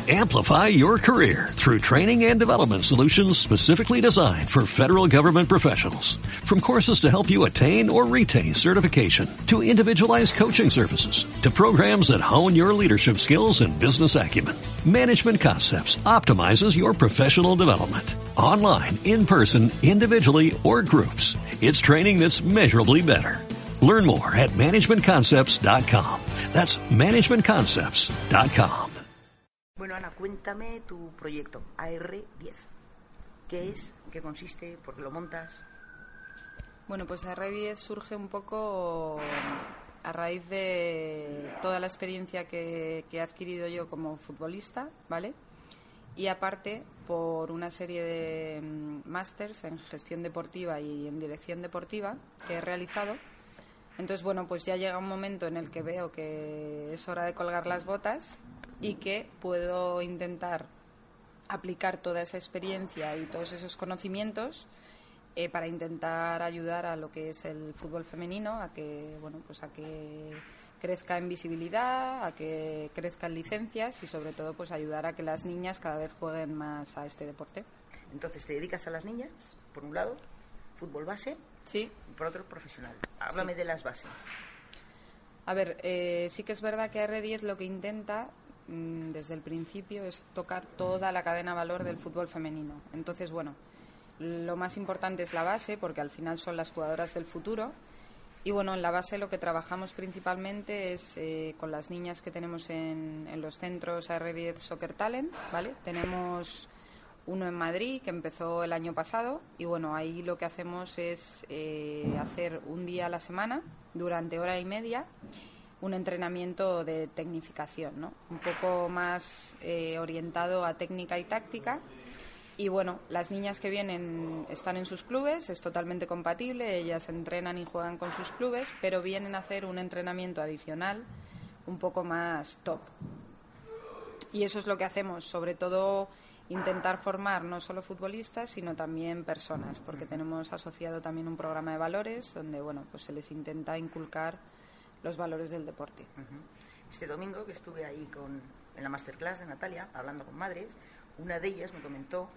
Amplify your career through training and development solutions specifically designed for federal government professionals. From courses to help you attain or retain certification, to individualized coaching services, to programs that hone your leadership skills and business acumen, Management Concepts optimizes your professional development. Online, in person, individually, or groups, it's training that's measurably better. Learn more at managementconcepts.com. That's managementconcepts.com. Bueno, Ana, cuéntame tu proyecto, AR10. ¿Qué es? ¿En qué consiste? ¿Por qué lo montas? Bueno, pues AR10 surge un poco a raíz de toda la experiencia que he adquirido yo como futbolista, ¿vale? Y aparte por una serie de másters en gestión deportiva y en dirección deportiva que he realizado. Entonces, bueno, pues ya llega un momento en el que veo que es hora de colgar las botas y que puedo intentar aplicar toda esa experiencia y todos esos conocimientos para intentar ayudar a lo que es el fútbol femenino, a que, bueno, pues a que crezca en visibilidad, a que crezca en licencias y sobre todo pues ayudar a que las niñas cada vez jueguen más a este deporte. Entonces, ¿te dedicas a las niñas, por un lado, fútbol base? Sí. Y por otro, profesional. Háblame de las bases. A ver, sí que es verdad que AR10 lo que intenta desde el principio es tocar toda la cadena valor del fútbol femenino. Entonces, bueno, lo más importante es la base, porque al final son las jugadoras del futuro. Y bueno, en la base lo que trabajamos principalmente es con las niñas que tenemos en los centros AR10 Soccer Talent, ¿vale? Tenemos uno en Madrid que empezó el año pasado y bueno, ahí lo que hacemos es hacer un día a la semana durante hora y media un entrenamiento de tecnificación, ¿no? Un poco más orientado a técnica y táctica. Y bueno, las niñas que vienen están en sus clubes, es totalmente compatible, ellas entrenan y juegan con sus clubes, pero vienen a hacer un entrenamiento adicional un poco más top. Y eso es lo que hacemos, sobre todo intentar formar no solo futbolistas, sino también personas, porque tenemos asociado también un programa de valores donde, bueno, pues se les intenta inculcar los valores del deporte. Este domingo que estuve ahí en la masterclass de Natalia, hablando con madres, una de ellas me comentó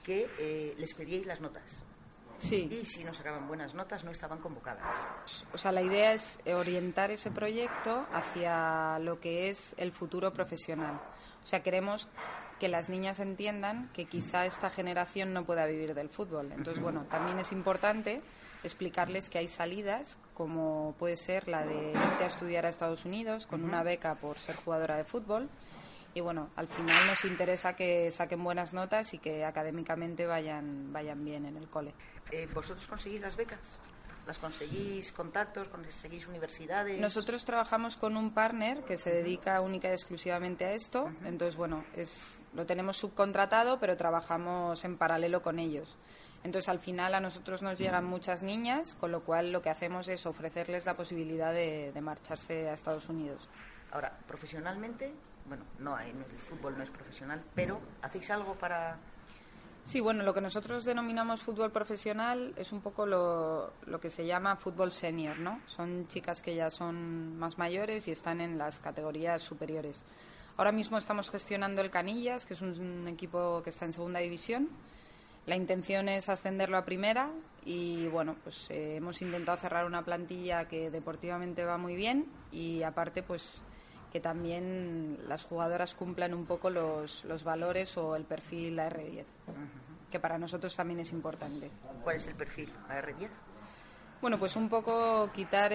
que les pedíais las notas. Sí. Y si no sacaban buenas notas, no estaban convocadas. O sea, la idea es orientar ese proyecto hacia lo que es el futuro profesional. O sea, queremos que las niñas entiendan que quizá esta generación no pueda vivir del fútbol. Entonces, bueno, también es importante explicarles que hay salidas, como puede ser la de irte a estudiar a Estados Unidos con una beca por ser jugadora de fútbol. Y bueno, al final nos interesa que saquen buenas notas y que académicamente vayan bien en el cole. ¿Vosotros conseguís las becas? ¿Las conseguís contactos? ¿Conseguís universidades? Nosotros trabajamos con un partner que se dedica única y exclusivamente a esto. Entonces, bueno, lo tenemos subcontratado, pero trabajamos en paralelo con ellos. Entonces, al final a nosotros nos llegan muchas niñas, con lo cual lo que hacemos es ofrecerles la posibilidad de marcharse a Estados Unidos. Ahora, profesionalmente, bueno, el fútbol no es profesional, pero ¿hacéis algo para...? Sí, bueno, lo que nosotros denominamos fútbol profesional es un poco lo que se llama fútbol senior, ¿no? Son chicas que ya son más mayores y están en las categorías superiores. Ahora mismo estamos gestionando el Canillas, que es un equipo que está en segunda división. La intención es ascenderlo a primera y, bueno, pues hemos intentado cerrar una plantilla que deportivamente va muy bien y, aparte, pues que también las jugadoras cumplan un poco los valores o el perfil AR10, que para nosotros también es importante. ¿Cuál es el perfil AR10? Bueno, pues un poco quitar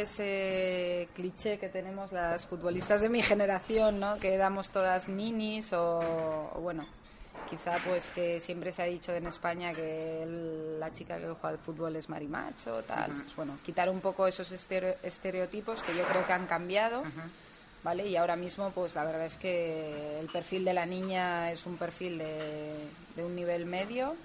ese cliché que tenemos las futbolistas de mi generación, ¿no? Que éramos todas ninis o bueno, quizá pues que siempre se ha dicho en España que la chica que juega al fútbol es marimacho, tal. Pues bueno, quitar un poco esos estereotipos que yo creo que han cambiado. ¿Vale? Y ahora mismo, pues la verdad es que el perfil de la niña es un perfil de un nivel medio,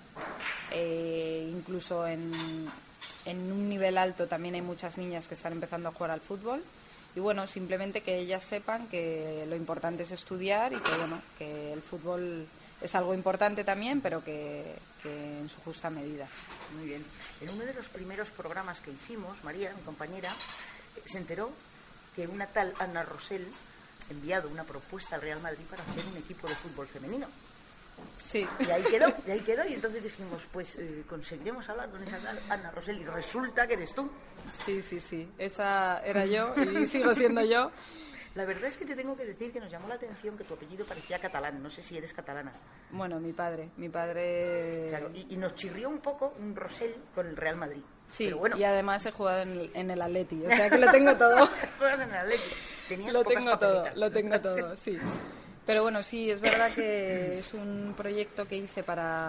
incluso en un nivel alto también hay muchas niñas que están empezando a jugar al fútbol. Y bueno, simplemente que ellas sepan que lo importante es estudiar y que, bueno, que el fútbol es algo importante también, pero que en su justa medida. Muy bien. En uno de los primeros programas que hicimos, María, mi compañera, se enteró que una tal Ana Rosell enviado una propuesta al Real Madrid para hacer un equipo de fútbol femenino. Sí. Y ahí quedó, y entonces dijimos, pues conseguiremos hablar con esa tal Ana Rosell, y resulta que eres tú. Sí, esa era yo y sigo siendo yo. La verdad es que te tengo que decir que nos llamó la atención que tu apellido parecía catalán, no sé si eres catalana. Bueno, mi padre... Claro, y nos chirrió un poco un Rosell con el Real Madrid. Sí, pero bueno. Y además he jugado en el Atleti, o sea que lo tengo todo. Juegas en el Atleti. Tenías Lo pocas tengo todo, papeletas. lo tengo todo, sí. Pero bueno, sí, es verdad que es un proyecto que hice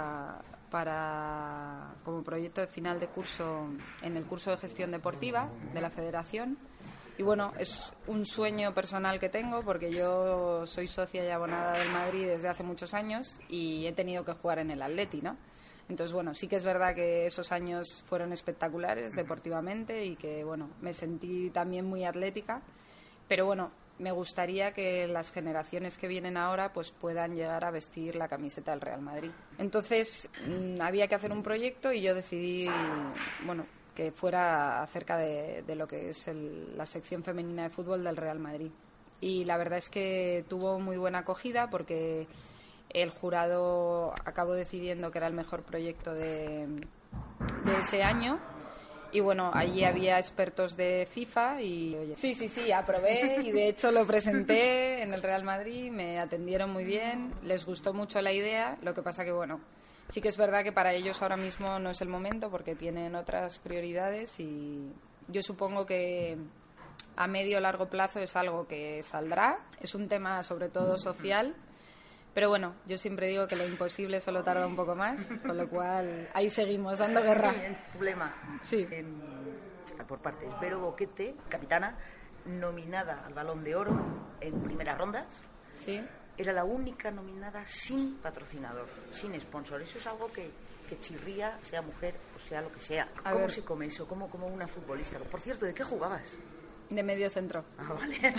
como proyecto de final de curso en el curso de gestión deportiva de la Federación. Y bueno, es un sueño personal que tengo porque yo soy socia y abonada del Madrid desde hace muchos años y he tenido que jugar en el Atleti, ¿no? Entonces, bueno, sí que es verdad que esos años fueron espectaculares deportivamente y que, bueno, me sentí también muy atlética. Pero bueno, me gustaría que las generaciones que vienen ahora pues puedan llegar a vestir la camiseta del Real Madrid. Entonces, había que hacer un proyecto y yo decidí, bueno, que fuera acerca de lo que es la sección femenina de fútbol del Real Madrid. Y la verdad es que tuvo muy buena acogida porque el jurado acabó decidiendo que era el mejor proyecto de ese año. Y bueno, allí había expertos de FIFA y oye, sí, aprobé y de hecho lo presenté en el Real Madrid, me atendieron muy bien, les gustó mucho la idea, lo que pasa que bueno, sí que es verdad que para ellos ahora mismo no es el momento porque tienen otras prioridades y yo supongo que a medio o largo plazo es algo que saldrá, es un tema sobre todo social. Pero bueno, yo siempre digo que lo imposible solo tarda un poco más, con lo cual ahí seguimos dando guerra. Tu lema. Sí. Por parte de Vero Boquete, capitana, nominada al Balón de Oro en primeras rondas. Sí. Era la única nominada sin patrocinador, sin sponsor. Eso es algo que chirría, sea mujer o sea lo que sea. ¿Cómo se come eso? ¿Cómo una futbolista? Por cierto, ¿de qué jugabas? De medio centro. Ah, vale.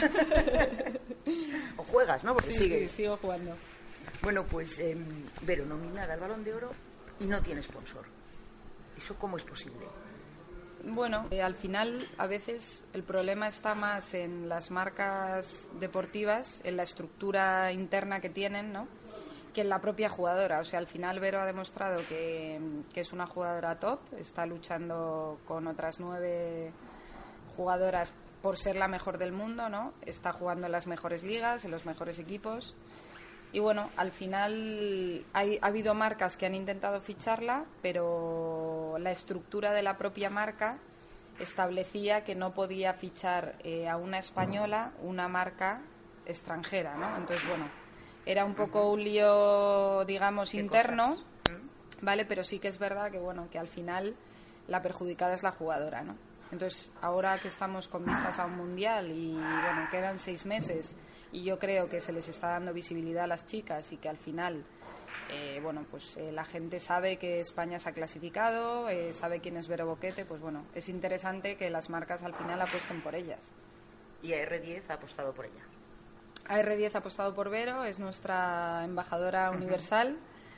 O juegas, ¿no? Porque sigues. Sí, sigo jugando. Bueno, pues Vero, nominada al Balón de Oro y no tiene sponsor. ¿Eso cómo es posible? Bueno, al final a veces el problema está más en las marcas deportivas, en la estructura interna que tienen, ¿no?, que en la propia jugadora. O sea, al final Vero ha demostrado que es una jugadora top, está luchando con otras 9 jugadoras por ser la mejor del mundo, ¿no? Está jugando en las mejores ligas, en los mejores equipos. Y bueno, al final ha habido marcas que han intentado ficharla, pero la estructura de la propia marca establecía que no podía fichar a una española una marca extranjera, ¿no? Entonces, bueno, era un poco un lío, digamos, interno, ¿vale? Pero sí que es verdad que, bueno, que al final la perjudicada es la jugadora, ¿no? Entonces, ahora que estamos con vistas a un mundial y, bueno, quedan 6 meses y yo creo que se les está dando visibilidad a las chicas y que al final, bueno, pues la gente sabe que España se ha clasificado, sabe quién es Vero Boquete, pues bueno, es interesante que las marcas al final apuesten por ellas. Y R10 ha apostado por ella. AR10 ha apostado por Vero, es nuestra embajadora universal,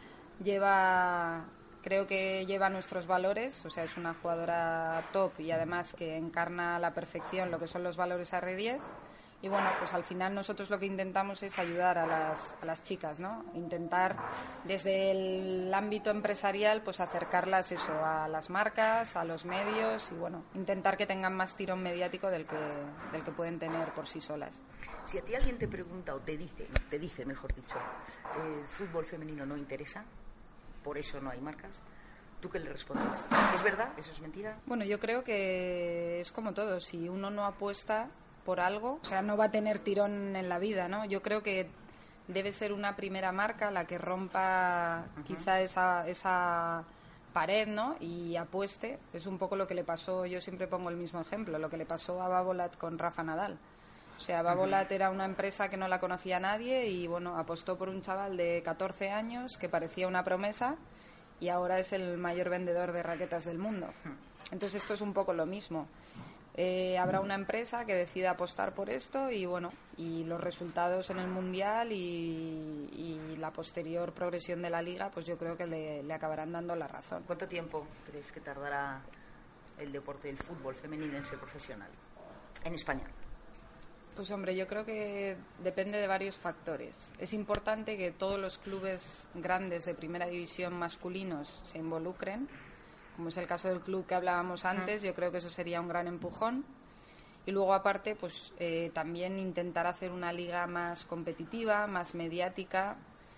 creo que lleva nuestros valores, o sea, es una jugadora top y además que encarna a la perfección lo que son los valores AR10. Y bueno, pues al final nosotros lo que intentamos es ayudar a las chicas, ¿no? Intentar desde el ámbito empresarial pues acercarlas eso a las marcas, a los medios y bueno, intentar que tengan más tirón mediático del que pueden tener por sí solas. Si a ti alguien te pregunta o te dice, mejor dicho, el fútbol femenino no interesa, por eso no hay marcas, ¿tú qué le respondes? ¿Es verdad? ¿Eso es mentira? Bueno, yo creo que es como todo, si uno no apuesta por algo, o sea, no va a tener tirón en la vida, ¿no? Yo creo que debe ser una primera marca la que rompa quizá esa pared, ¿no? Y apueste. Es un poco lo que le pasó, yo siempre pongo el mismo ejemplo, lo que le pasó a Babolat con Rafa Nadal. O sea, Babolat era una empresa que no la conocía nadie y, bueno, apostó por un chaval de 14 años que parecía una promesa y ahora es el mayor vendedor de raquetas del mundo. Entonces esto es un poco lo mismo. Habrá una empresa que decida apostar por esto y bueno, y los resultados en el mundial y la posterior progresión de la liga, pues yo creo que le acabarán dando la razón. ¿Cuánto tiempo crees que tardará el deporte del fútbol femenino en ser profesional en España? Pues hombre, yo creo que depende de varios factores. Es importante que todos los clubes grandes de primera división masculinos se involucren, como es el caso del club que hablábamos antes. Yo creo que eso sería un gran empujón. Y luego, aparte, pues también intentar hacer una liga más competitiva, más mediática,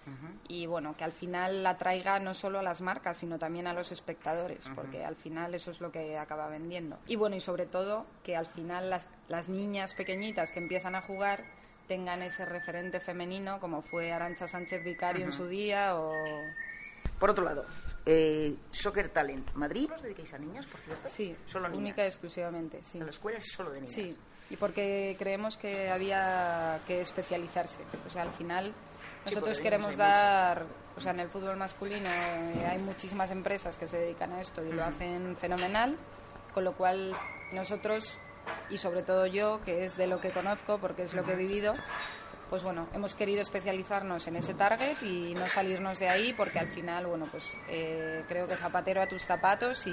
y bueno, que al final atraiga no solo a las marcas, sino también a los espectadores, porque al final eso es lo que acaba vendiendo. Y bueno, y sobre todo, que al final las niñas pequeñitas que empiezan a jugar tengan ese referente femenino, como fue Arantxa Sánchez Vicario en su día, o... Por otro lado, Soccer Talent Madrid, ¿os dedicáis a niñas, por cierto? Sí, solo niñas. Única y exclusivamente, sí. La escuela es solo de niñas. Sí, y porque creemos que había que especializarse. O sea, al final nosotros queremos dar... O sea, en el fútbol masculino hay muchísimas empresas que se dedican a esto y lo hacen fenomenal, con lo cual nosotros, y sobre todo yo, que es de lo que conozco, porque es lo que he vivido, pues bueno, hemos querido especializarnos en ese target y no salirnos de ahí, porque al final, bueno, pues creo que zapatero a tus zapatos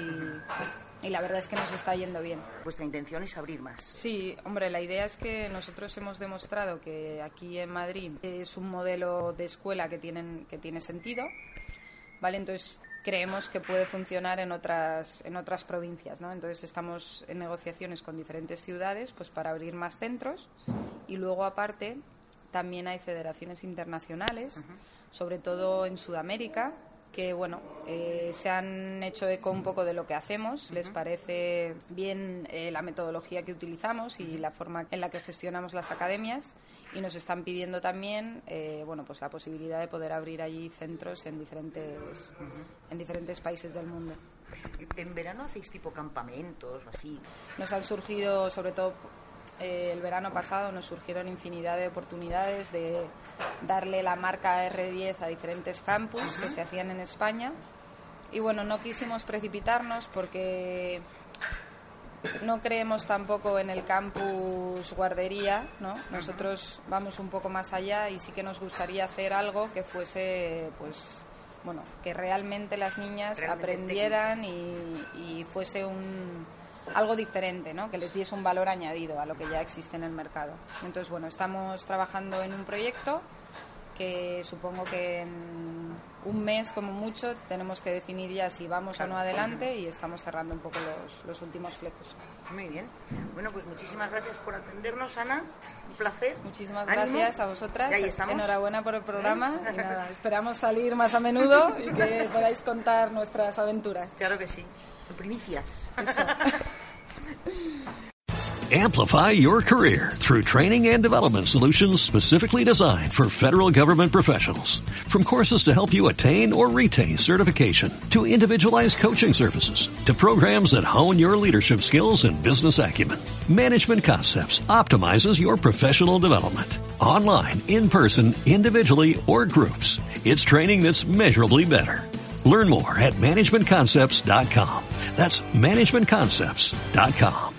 y la verdad es que nos está yendo bien. ¿Vuestra intención es abrir más? Sí, hombre, la idea es que nosotros hemos demostrado que aquí en Madrid es un modelo de escuela que tiene sentido, ¿vale? Entonces creemos que puede funcionar en otras provincias, ¿no? Entonces estamos en negociaciones con diferentes ciudades, pues para abrir más centros, y luego aparte también hay federaciones internacionales, sobre todo en Sudamérica, que bueno, se han hecho eco un poco de lo que hacemos, les parece bien la metodología que utilizamos y la forma en la que gestionamos las academias, y nos están pidiendo también bueno, pues la posibilidad de poder abrir allí centros en diferentes países del mundo. ¿En verano hacéis tipo campamentos o así? Nos han surgido, sobre todo el verano pasado, nos surgieron infinidad de oportunidades de darle la marca R10 a diferentes campus que se hacían en España, y bueno, no quisimos precipitarnos porque no creemos tampoco en el campus guardería, ¿no? Nosotros vamos un poco más allá y sí que nos gustaría hacer algo que fuese, pues bueno, que realmente las niñas aprendieran y fuese algo diferente, ¿no? Que les diese un valor añadido a lo que ya existe en el mercado. Entonces, bueno, estamos trabajando en un proyecto que supongo que en un mes como mucho tenemos que definir ya si vamos o no adelante, y estamos cerrando un poco los últimos flecos. Muy bien. Bueno, pues muchísimas gracias por atendernos, Ana. Un placer. Muchísimas ánimo. Gracias a vosotras. Y ahí estamos. Enhorabuena por el programa. Y nada, esperamos salir más a menudo y que podáis contar nuestras aventuras. Claro que sí. En primicias. Eso. Amplify your career through training and development solutions specifically designed for federal government professionals. From courses to help you attain or retain certification, to individualized coaching services, to programs that hone your leadership skills and business acumen, Management Concepts optimizes your professional development. Online, in person, individually, or groups, it's training that's measurably better. Learn more at managementconcepts.com. That's managementconcepts.com.